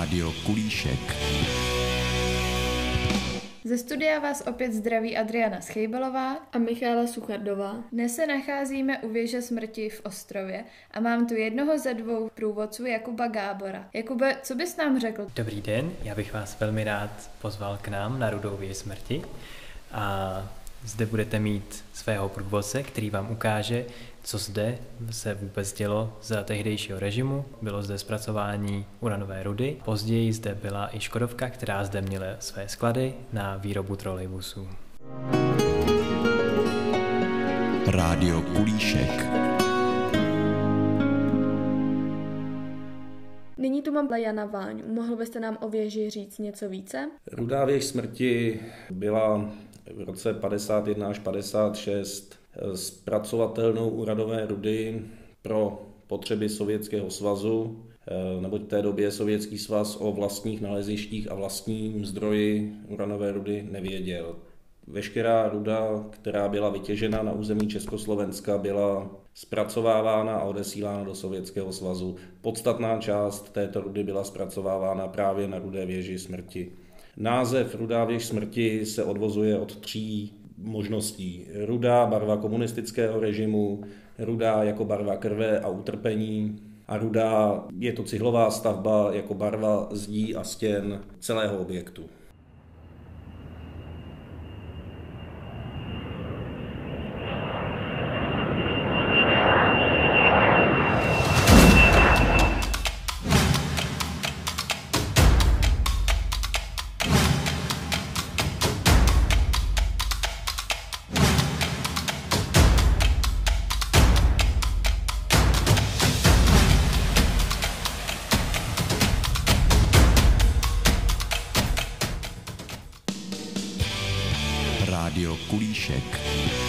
Rádio Kulíšek. Ze studia vás opět zdraví Adriana Schejbalová a Michála Suchardová. Dnes se nacházíme u věže smrti v Ostrově a mám tu jednoho ze dvou průvodců, Jakuba Gábora. Jakube, co bys nám řekl? Dobrý den, já bych vás velmi rád pozval k nám na Rudou věž smrti a zde budete mít svého průvodce, který vám ukáže, co zde se vůbec dělo za tehdejšího režimu. Bylo zde zpracování uranové rudy. Později zde byla i Škodovka, která zde měla své sklady na výrobu trolejbusů. Rádio Kulíšek. Nyní tu mám Jana Váňu. Mohl byste nám o věži říct něco více? Rudá věž smrti byla v roce 51 až 56 zpracovatelnou uranové rudy pro potřeby Sovětského svazu, neboť v té době Sovětský svaz o vlastních nalezištích a vlastním zdroji uranové rudy nevěděl. Veškerá ruda, která byla vytěžena na území Československa, byla zpracovávána a odesílána do Sovětského svazu. Podstatná část této rudy byla zpracovávána právě na Rudé věži smrti. Název Rudá věž smrti se odvozuje od tří možností. Rudá, barva komunistického režimu, rudá jako barva krve a utrpení a rudá je to cihlová stavba jako barva zdí a stěn celého objektu. Rádio Kulíšek.